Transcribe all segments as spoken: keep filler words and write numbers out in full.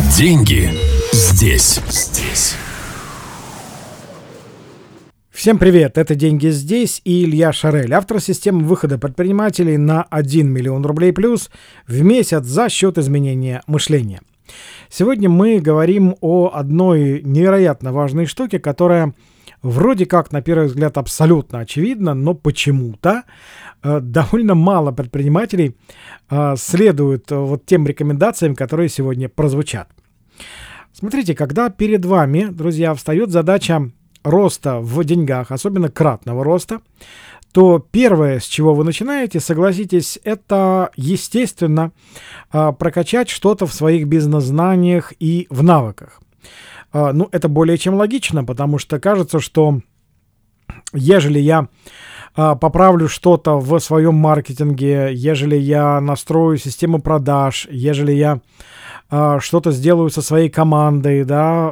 Деньги здесь. Здесь. Всем привет, это «Деньги здесь» и Илья Шарель, автор системы выхода предпринимателей на один миллион рублей плюс в месяц за счет изменения мышления. Сегодня мы говорим о одной невероятно важной штуке, которая вроде как на первый взгляд абсолютно очевидна, но почему-то э, довольно мало предпринимателей э, следуют э, вот тем рекомендациям, которые сегодня прозвучат. Смотрите, когда перед вами, друзья, встает задача роста в деньгах, особенно кратного роста, то первое, с чего вы начинаете, согласитесь, это, естественно, прокачать что-то в своих бизнес-знаниях и в навыках. Ну, это более чем логично, потому что кажется, что ежели я поправлю что-то в своем маркетинге, ежели я настрою систему продаж, ежели я что-то сделаю со своей командой, да,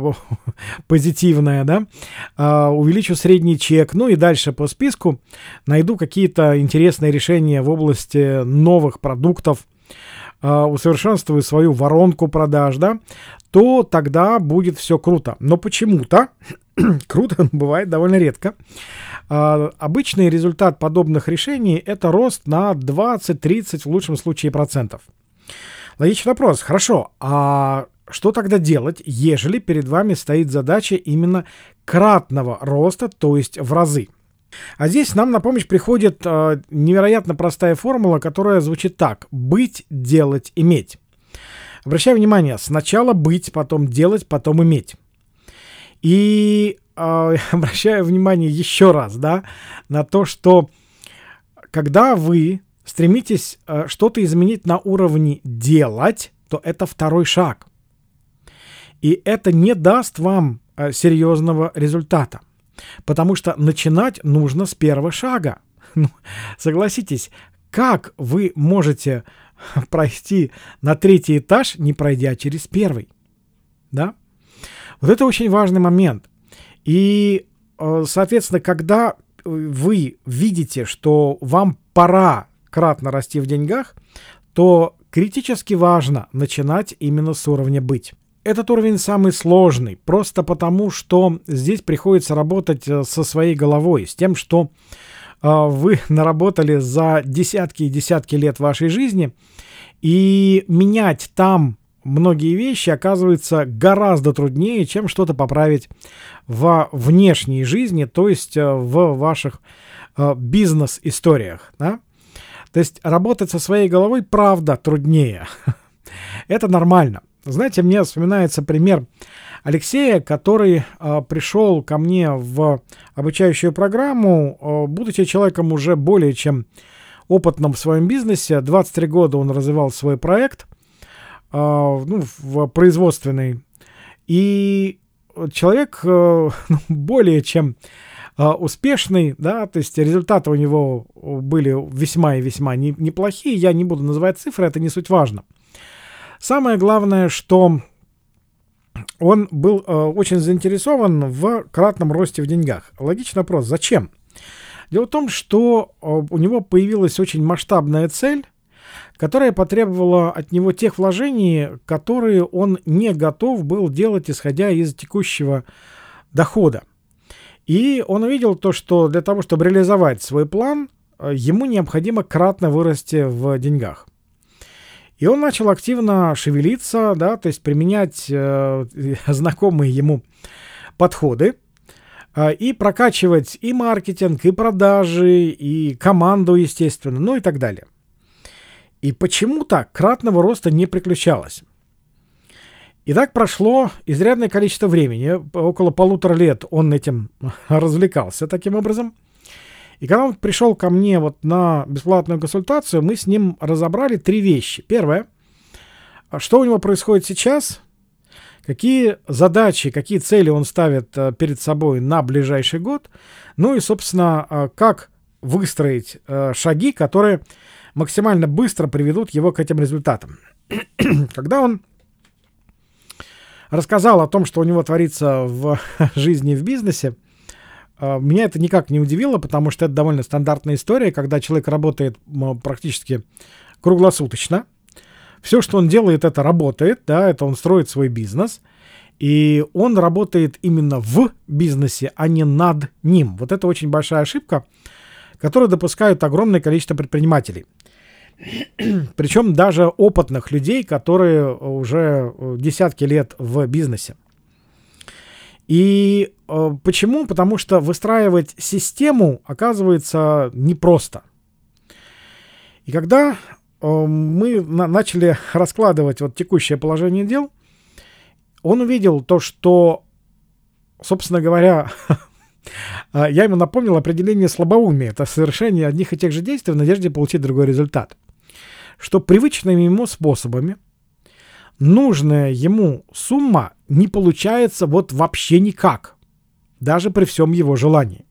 позитивное, да, увеличу средний чек, ну и дальше по списку найду какие-то интересные решения в области новых продуктов, усовершенствую свою воронку продаж, да, то тогда будет все круто. Но почему-то круто бывает довольно редко. Обычный результат подобных решений – это рост на двадцать-тридцать, в лучшем случае, процентов. Логичный вопрос. Хорошо, а что тогда делать, ежели перед вами стоит задача именно кратного роста, то есть в разы? А здесь нам на помощь приходит э, невероятно простая формула, которая звучит так: быть, делать, иметь. Обращаю внимание, сначала быть, потом делать, потом иметь. И э, обращаю внимание еще раз, да, на то, что когда вы стремитесь э, что-то изменить на уровне делать, то это второй шаг. И это не даст вам э, серьезного результата. Потому что начинать нужно с первого шага. Ну, согласитесь, как вы можете пройти на третий этаж, не пройдя через первый? Да? Вот это очень важный момент. И, э, соответственно, когда вы видите, что вам пора кратно расти в деньгах, то критически важно начинать именно с уровня «быть». Этот уровень самый сложный, просто потому, что здесь приходится работать со своей головой, с тем, что э, вы наработали за десятки и десятки лет вашей жизни, и менять там многие вещи оказывается гораздо труднее, чем что-то поправить во внешней жизни, то есть э, в ваших э, бизнес-историях, да? То есть работать со своей головой, правда, труднее. Это нормально. Знаете, мне вспоминается пример Алексея, который э, пришел ко мне в обучающую программу, э, будучи человеком уже более чем опытным в своем бизнесе. двадцать три года он развивал свой проект, э, ну, в производственный. И человек э, более чем э, успешный, да, то есть результаты у него были весьма и весьма не, неплохие. Я не буду называть цифры, это не суть важно. Самое главное, что он был э, очень заинтересован в кратном росте в деньгах. Логичный вопрос: зачем? Дело в том, что э, у него появилась очень масштабная цель, которая потребовала от него тех вложений, которые он не готов был делать, исходя из текущего дохода. И он увидел то, что для того, чтобы реализовать свой план, э, ему необходимо кратно вырасти в деньгах. И он начал активно шевелиться, да, то есть применять э, знакомые ему подходы э, и прокачивать и маркетинг, и продажи, и команду, естественно, ну и так далее. И почему-то кратного роста не приключалось. И так прошло изрядное количество времени, около полутора лет он этим развлекался таким образом. И когда он пришел ко мне вот на бесплатную консультацию, мы с ним разобрали три вещи. Первое, что у него происходит сейчас, какие задачи, какие цели он ставит перед собой на ближайший год, ну и, собственно, как выстроить шаги, которые максимально быстро приведут его к этим результатам. Когда он рассказал о том, что у него творится в жизни и в бизнесе, меня это никак не удивило, потому что это довольно стандартная история, когда человек работает практически круглосуточно, Все, что он делает, это работает, да, это он строит свой бизнес, и он работает именно в бизнесе, а не над ним. Вот это очень большая ошибка, которую допускают огромное количество предпринимателей. Причем даже опытных людей, которые уже десятки лет в бизнесе. И э, почему? Потому что выстраивать систему оказывается непросто. И когда э, мы на- начали раскладывать вот текущее положение дел, он увидел то, что, собственно говоря, я ему напомнил определение слабоумия. Это совершение одних и тех же действий в надежде получить другой результат. Что привычными ему способами нужная ему сумма не получается вот вообще никак, даже при всем его желании.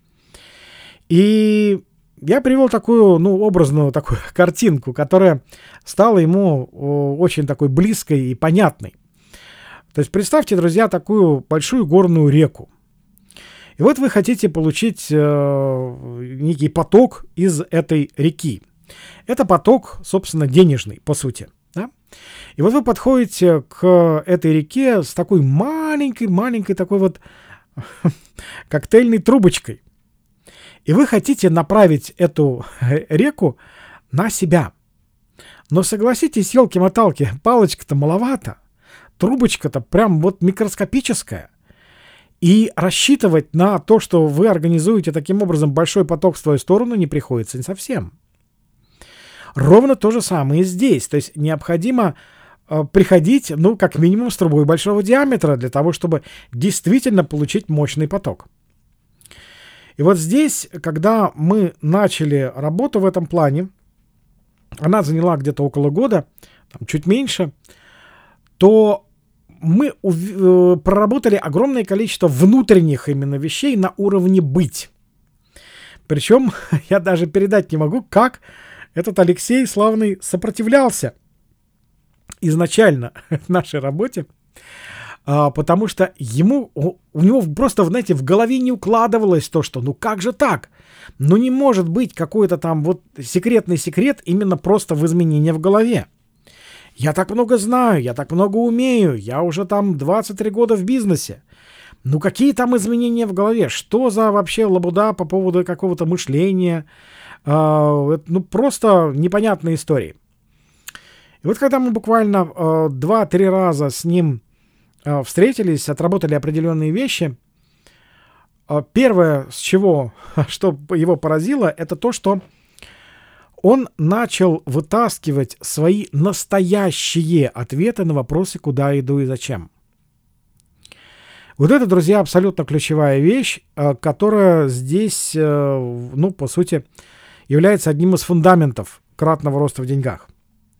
И я привел такую, ну, образную такую картинку, которая стала ему очень такой близкой и понятной. То есть представьте, друзья, такую большую горную реку. И вот вы хотите получить э, некий поток из этой реки. Это поток, собственно, денежный, по сути. Да? И вот вы подходите к этой реке с такой маленькой-маленькой такой вот коктейльной трубочкой. И вы хотите направить эту реку на себя. Но согласитесь, елки-моталки, палочка-то маловато. Трубочка-то прям вот микроскопическая. И рассчитывать на то, что вы организуете таким образом большой поток в свою сторону, не приходится не совсем. Ровно то же самое и здесь. То есть необходимо э, приходить, ну, как минимум, с трубой большого диаметра для того, чтобы действительно получить мощный поток. И вот здесь, когда мы начали работу в этом плане, она заняла где-то около года, там, чуть меньше, то мы ув- э, проработали огромное количество внутренних именно вещей на уровне быть. Причем я даже передать не могу, как этот Алексей Славный сопротивлялся изначально нашей работе, а, потому что ему, у, у него просто, знаете, в голове не укладывалось то, что ну как же так? Ну не может быть какой-то там вот секретный секрет именно просто в изменении в голове. Я так много знаю, я так много умею, я уже там двадцать три года в бизнесе. Ну какие там изменения в голове? Что за вообще лабуда по поводу какого-то мышления? Uh, ну, просто непонятные истории. И вот когда мы буквально uh, два-три раза с ним uh, встретились, отработали определенные вещи, uh, первое, с чего, что его поразило, это то, что он начал вытаскивать свои настоящие ответы на вопросы, куда иду и зачем. Вот это, друзья, абсолютно ключевая вещь, uh, которая здесь, uh, ну, по сути, является одним из фундаментов кратного роста в деньгах.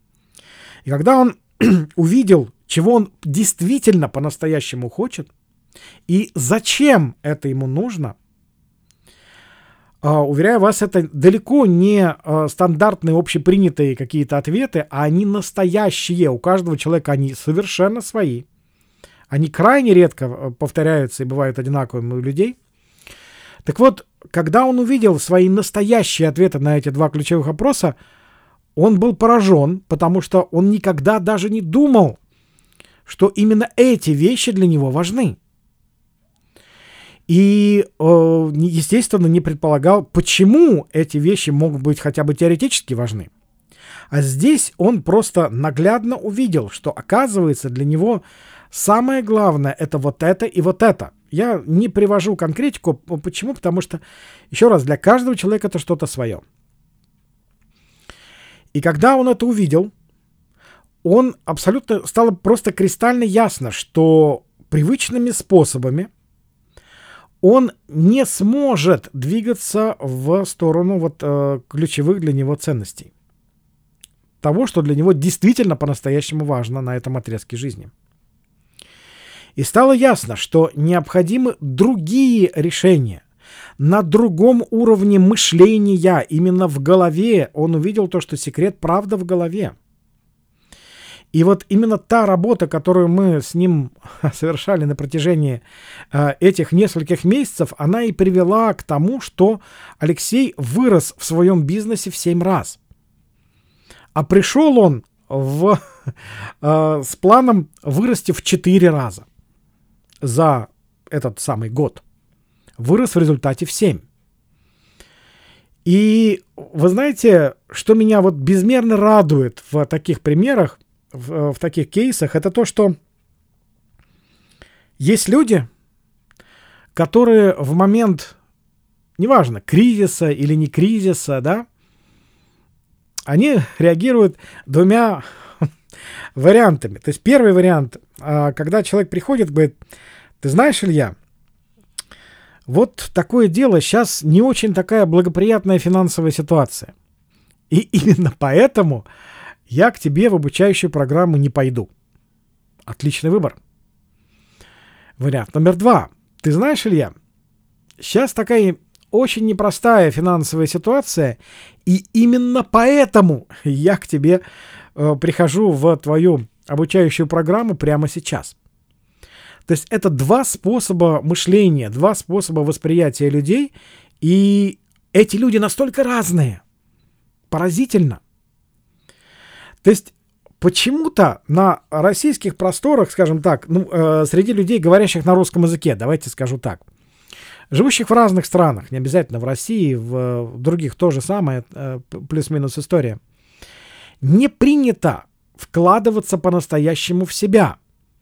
И когда он увидел, чего он действительно по-настоящему хочет и зачем это ему нужно, уверяю вас, это далеко не стандартные общепринятые какие-то ответы, а они настоящие. У каждого человека они совершенно свои. Они крайне редко повторяются и бывают одинаковыми у людей. Так вот, когда он увидел свои настоящие ответы на эти два ключевых вопроса, он был поражен, потому что он никогда даже не думал, что именно эти вещи для него важны. И, естественно, не предполагал, почему эти вещи могут быть хотя бы теоретически важны. А здесь он просто наглядно увидел, что, оказывается, для него самое главное — это вот это и вот это. Я не привожу конкретику. Почему? Потому что, еще раз, для каждого человека это что-то свое. И когда он это увидел, он абсолютно стало просто кристально ясно, что привычными способами он не сможет двигаться в сторону вот, э, ключевых для него ценностей. Того, что для него действительно по-настоящему важно на этом отрезке жизни. И стало ясно, что необходимы другие решения. На другом уровне мышления, именно в голове, он увидел то, что секрет правда в голове. И вот именно та работа, которую мы с ним совершали на протяжении э, этих нескольких месяцев, она и привела к тому, что Алексей вырос в своем бизнесе в семь раз. А пришел он в, э, с планом вырасти в четыре раза за этот самый год. Вырос в результате в семь. И вы знаете, что меня вот безмерно радует в таких примерах, в, в таких кейсах, это то, что есть люди, которые в момент, неважно, кризиса или не кризиса, да, они реагируют двумя вариантами. То есть первый вариант, когда человек приходит, говорит: ты знаешь, Илья, вот такое дело, сейчас не очень такая благоприятная финансовая ситуация. И именно поэтому я к тебе в обучающую программу не пойду. Отличный выбор. Вариант номер два. Ты знаешь, Илья, сейчас такая очень непростая финансовая ситуация, и именно поэтому я к тебе э, прихожу в твою обучающую программу прямо сейчас. То есть это два способа мышления, два способа восприятия людей, и эти люди настолько разные. Поразительно. То есть почему-то на российских просторах, скажем так, ну, э, среди людей, говорящих на русском языке, давайте скажу так, живущих в разных странах, не обязательно в России, в, в других то же самое, э, плюс-минус история, не принято вкладываться по-настоящему в себя.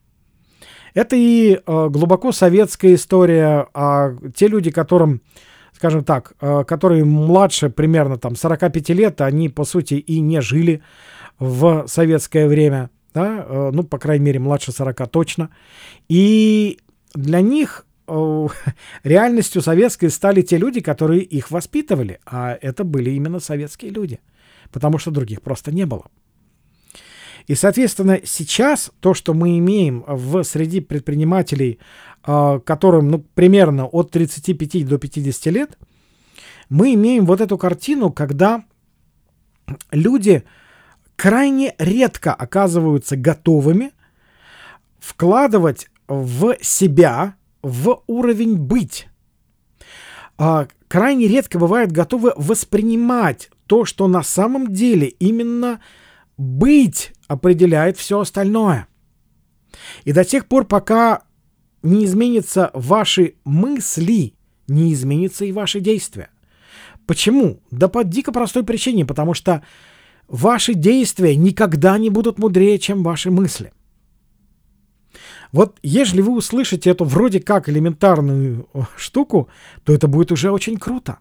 Это и э, глубоко советская история, а те люди, которым, скажем так, э, которые младше примерно там сорок пять лет, они, по сути, и не жили в советское время, да? э, ну, по крайней мере, младше сорока точно. И для них э, реальностью советской стали те люди, которые их воспитывали, а это были именно советские люди, потому что других просто не было. И, соответственно, сейчас то, что мы имеем в среди предпринимателей, э, которым ну, примерно от тридцати пяти до пятидесяти лет, мы имеем вот эту картину, когда люди крайне редко оказываются готовыми вкладывать в себя, в уровень быть. Э, крайне редко бывают готовы воспринимать то, что на самом деле именно быть определяет все остальное. И до тех пор, пока не изменятся ваши мысли, не изменятся и ваши действия. Почему? Да по дико простой причине, потому что ваши действия никогда не будут мудрее, чем ваши мысли. Вот если вы услышите эту вроде как элементарную штуку, то это будет уже очень круто.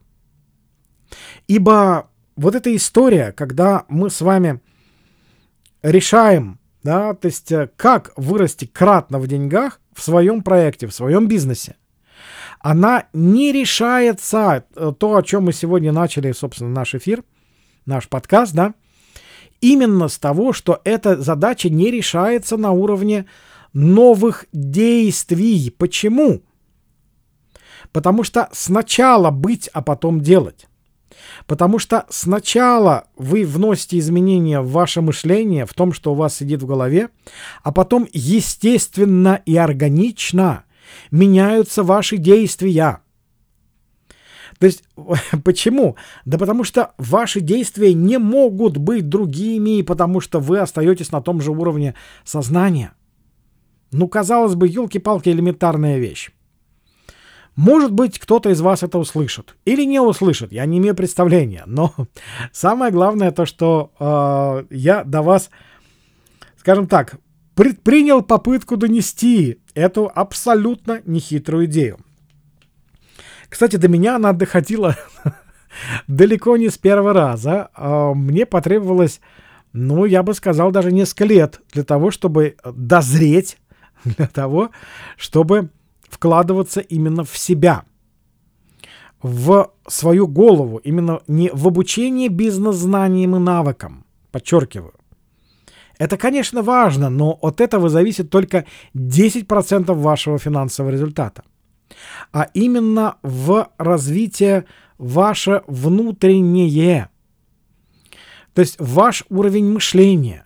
Ибо вот эта история, когда мы с вами решаем, да, то есть как вырасти кратно в деньгах в своем проекте, в своем бизнесе, она не решается, то, о чем мы сегодня начали, собственно, наш эфир, наш подкаст, да, именно с того, что эта задача не решается на уровне новых действий. Почему? Потому что сначала быть, а потом делать. Потому что сначала вы вносите изменения в ваше мышление, в том, что у вас сидит в голове, а потом естественно и органично меняются ваши действия. То есть, почему? Да потому что ваши действия не могут быть другими, потому что вы остаетесь на том же уровне сознания. Ну, казалось бы, елки-палки, элементарная вещь. Может быть, кто-то из вас это услышит или не услышит, я не имею представления. Но самое главное то, что э, я до вас, скажем так, предпринял попытку донести эту абсолютно нехитрую идею. Кстати, до меня она доходила далеко не с первого раза. Э, мне потребовалось, ну, я бы сказал, даже несколько лет для того, чтобы дозреть, для того, чтобы вкладываться именно в себя, в свою голову, именно не в обучение бизнес-знаниям и навыкам, подчеркиваю. Это, конечно, важно, но от этого зависит только десять процентов вашего финансового результата. А именно в развитие ваше внутреннее, то есть ваш уровень мышления,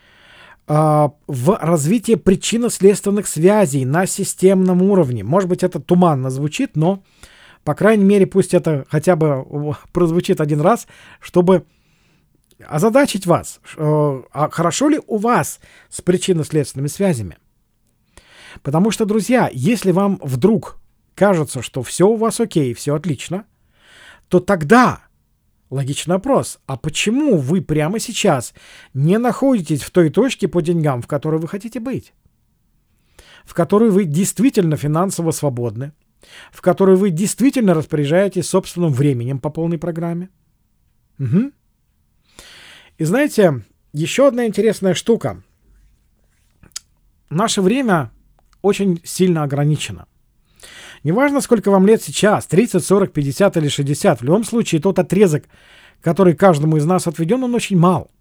в развитие причинно-следственных связей на системном уровне. Может быть, это туманно звучит, но, по крайней мере, пусть это хотя бы прозвучит один раз, чтобы озадачить вас, а хорошо ли у вас с причинно-следственными связями. Потому что, друзья, если вам вдруг кажется, что все у вас окей, все отлично, то тогда логичный вопрос, а почему вы прямо сейчас не находитесь в той точке по деньгам, в которой вы хотите быть? В которой вы действительно финансово свободны, в которой вы действительно распоряжаетесь собственным временем по полной программе. Угу. И знаете, еще одна интересная штука. Наше время очень сильно ограничено. Неважно, сколько вам лет сейчас, тридцать, сорок, пятьдесят или шестьдесят, в любом случае тот отрезок, который каждому из нас отведен, он очень мал.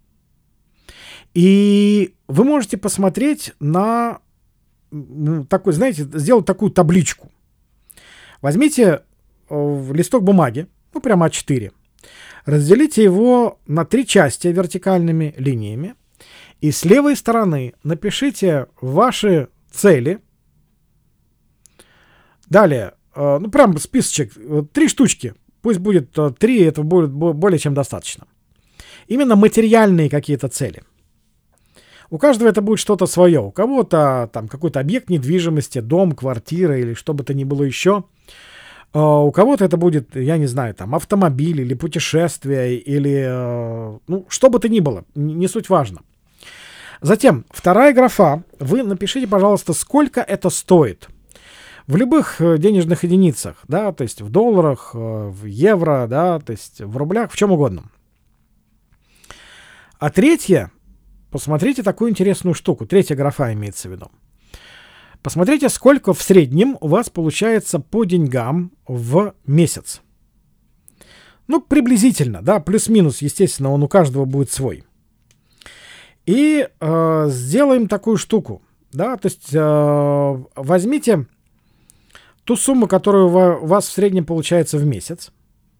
И вы можете посмотреть на ну, такой, знаете, сделать такую табличку. Возьмите э, листок бумаги, ну прямо а четыре, разделите его на три части вертикальными линиями и с левой стороны напишите ваши цели. Далее, э, ну прям списочек, э, три штучки, пусть будет э, три, это будет более чем достаточно. Именно материальные какие-то цели. У каждого это будет что-то свое. У кого-то там какой-то объект недвижимости, дом, квартира или что бы то ни было еще. Uh, у кого-то это будет, я не знаю, там автомобиль или путешествие, или uh, ну, что бы то ни было, не, не суть важно. Затем, вторая графа, вы напишите, пожалуйста, сколько это стоит. В любых денежных единицах, да, то есть в долларах, в евро, да, то есть в рублях, в чем угодно. А третье, посмотрите такую интересную штуку, третья графа имеется в виду. Посмотрите, сколько в среднем у вас получается по деньгам в месяц. Ну, приблизительно, да, плюс-минус, естественно, он у каждого будет свой. И э, сделаем такую штуку, да, то есть э, возьмите ту сумму, которая у вас в среднем получается в месяц,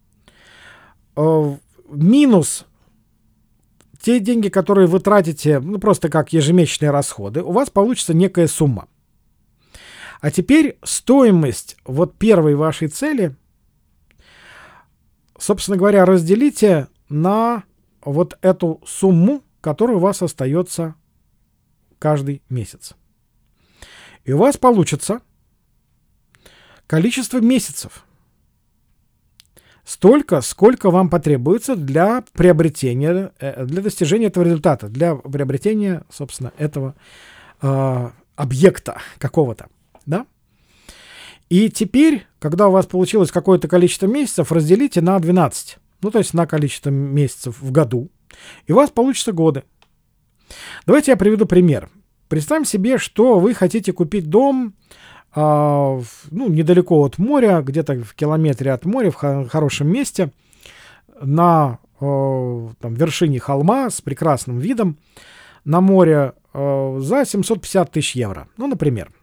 э, минус те деньги, которые вы тратите, ну, просто как ежемесячные расходы, у вас получится некая сумма. А теперь стоимость вот первой вашей цели, собственно говоря, разделите на вот эту сумму, которая у вас остается каждый месяц. И у вас получится количество месяцев. Столько, сколько вам потребуется для приобретения, для достижения этого результата, для приобретения, собственно, этого э, объекта какого-то. Да? И теперь, когда у вас получилось какое-то количество месяцев, разделите на двенадцать. Ну, то есть на количество месяцев в году. И у вас получатся годы. Давайте я приведу пример. Представим себе, что вы хотите купить дом э, в, ну, недалеко от моря, где-то в километре от моря, в х- хорошем месте, на э, там, вершине холма с прекрасным видом на море э, за семьсот пятьдесят тысяч евро. Ну, например.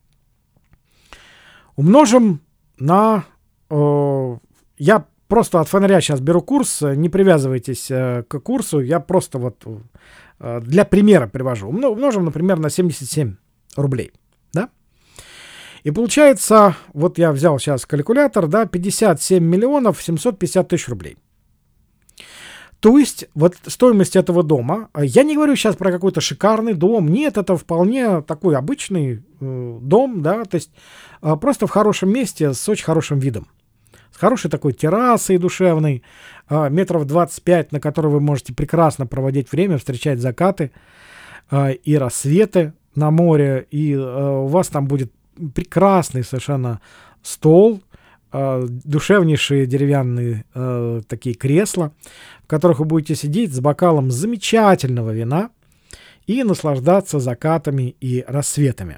Умножим на... Э, я просто от фонаря сейчас беру курс, не привязывайтесь э, к курсу, я просто вот э, для примера привожу. Умножим, например, на семьдесят семь рублей, да? И получается, вот я взял сейчас калькулятор, да, пятьдесят семь миллионов семьсот пятьдесят тысяч рублей. То есть, вот стоимость этого дома, я не говорю сейчас про какой-то шикарный дом, нет, это вполне такой обычный э, дом, да, то есть э, просто в хорошем месте с очень хорошим видом. С хорошей такой террасой душевной, э, метров двадцать пять, на которой вы можете прекрасно проводить время, встречать закаты э, и рассветы на море, и э, у вас там будет прекрасный совершенно стол, душевнейшие деревянные э, такие кресла, в которых вы будете сидеть с бокалом замечательного вина и наслаждаться закатами и рассветами.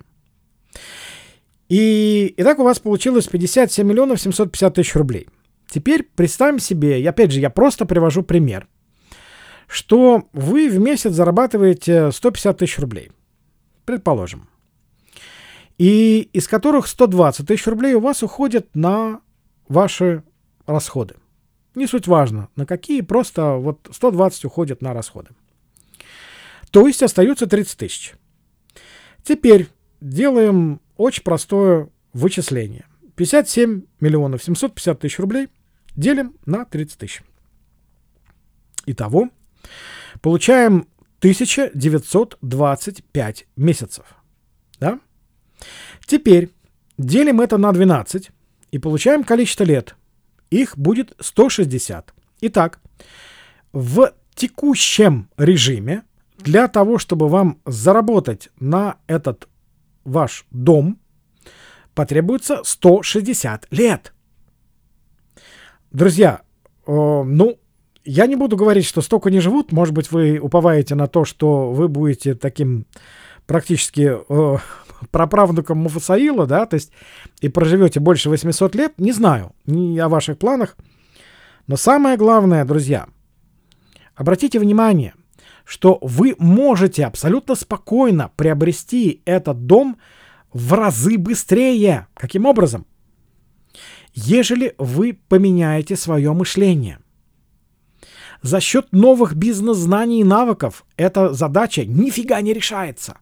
И, и так у вас получилось пятьдесят семь миллионов семьсот пятьдесят тысяч рублей. Теперь представим себе, и опять же, я просто привожу пример, что вы в месяц зарабатываете сто пятьдесят тысяч рублей, предположим, и из которых сто двадцать тысяч рублей у вас уходят на ваши расходы. Не суть важно, на какие, просто вот сто двадцать уходят на расходы. То есть остается тридцать тысяч. Теперь делаем очень простое вычисление. пятьдесят семь миллионов семьсот пятьдесят тысяч рублей делим на тридцать тысяч. Итого Получаем тысяча девятьсот двадцать пять месяцев. Да? Теперь делим это на двенадцать и получаем количество лет. Их будет сто шестьдесят. Итак, в текущем режиме для того, чтобы вам заработать на этот ваш дом, потребуется сто шестьдесят лет. Друзья, э, ну, я не буду говорить, что столько не живут. Может быть, вы уповаете на то, что вы будете таким практически э, праправнуком Муфасаила, да, то есть и проживете больше восемьсот лет. Не знаю ни о ваших планах. Но самое главное, друзья, обратите внимание, что вы можете абсолютно спокойно приобрести этот дом в разы быстрее. Каким образом? Ежели вы поменяете свое мышление. За счет новых бизнес-знаний и навыков эта задача нифига не решается.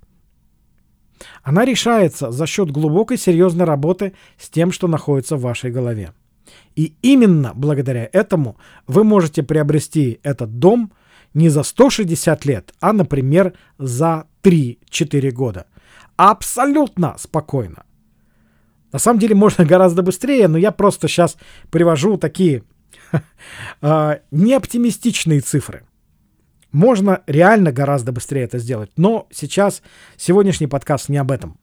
Она решается за счет глубокой серьезной работы с тем, что находится в вашей голове. И именно благодаря этому вы можете приобрести этот дом не за сто шестьдесят лет, а, например, за три-четыре года. Абсолютно спокойно. На самом деле можно гораздо быстрее, но я просто сейчас привожу такие э, неоптимистичные цифры. Можно реально гораздо быстрее это сделать, но сейчас сегодняшний подкаст не об этом.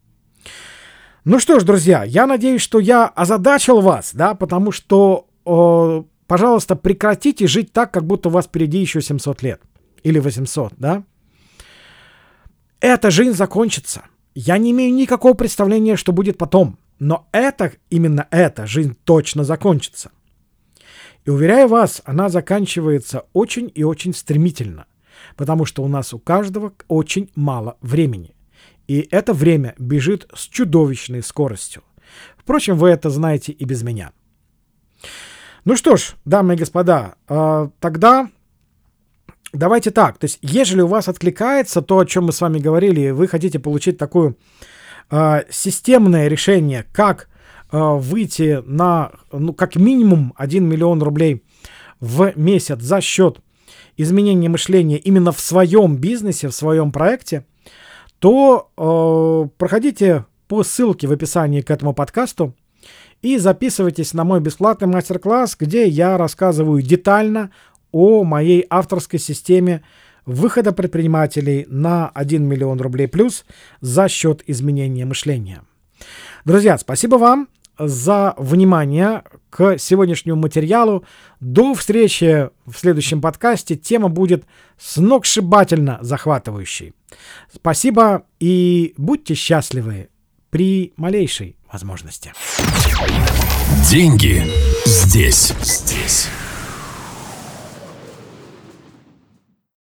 Ну что ж, друзья, я надеюсь, что я озадачил вас, да, потому что, э, пожалуйста, прекратите жить так, как будто у вас впереди еще семьсот лет или восемьсот, да. Эта жизнь закончится. Я не имею никакого представления, что будет потом. Но это, именно эта жизнь точно закончится. И уверяю вас, она заканчивается очень и очень стремительно. Потому что у нас у каждого очень мало времени. И это время бежит с чудовищной скоростью. Впрочем, вы это знаете и без меня. Ну что ж, дамы и господа, э, тогда... Давайте так, то есть, ежели у вас откликается то, о чем мы с вами говорили, и вы хотите получить такое э, системное решение, как э, выйти на, ну, как минимум один миллион рублей в месяц за счет изменения мышления именно в своем бизнесе, в своем проекте, то э, проходите по ссылке в описании к этому подкасту и записывайтесь на мой бесплатный мастер-класс, где я рассказываю детально о моей авторской системе выхода предпринимателей на один миллион рублей плюс за счет изменения мышления. Друзья, спасибо вам за внимание к сегодняшнему материалу. До встречи в следующем подкасте. Тема будет сногсшибательно захватывающей. Спасибо и будьте счастливы при малейшей возможности. Деньги здесь. Здесь.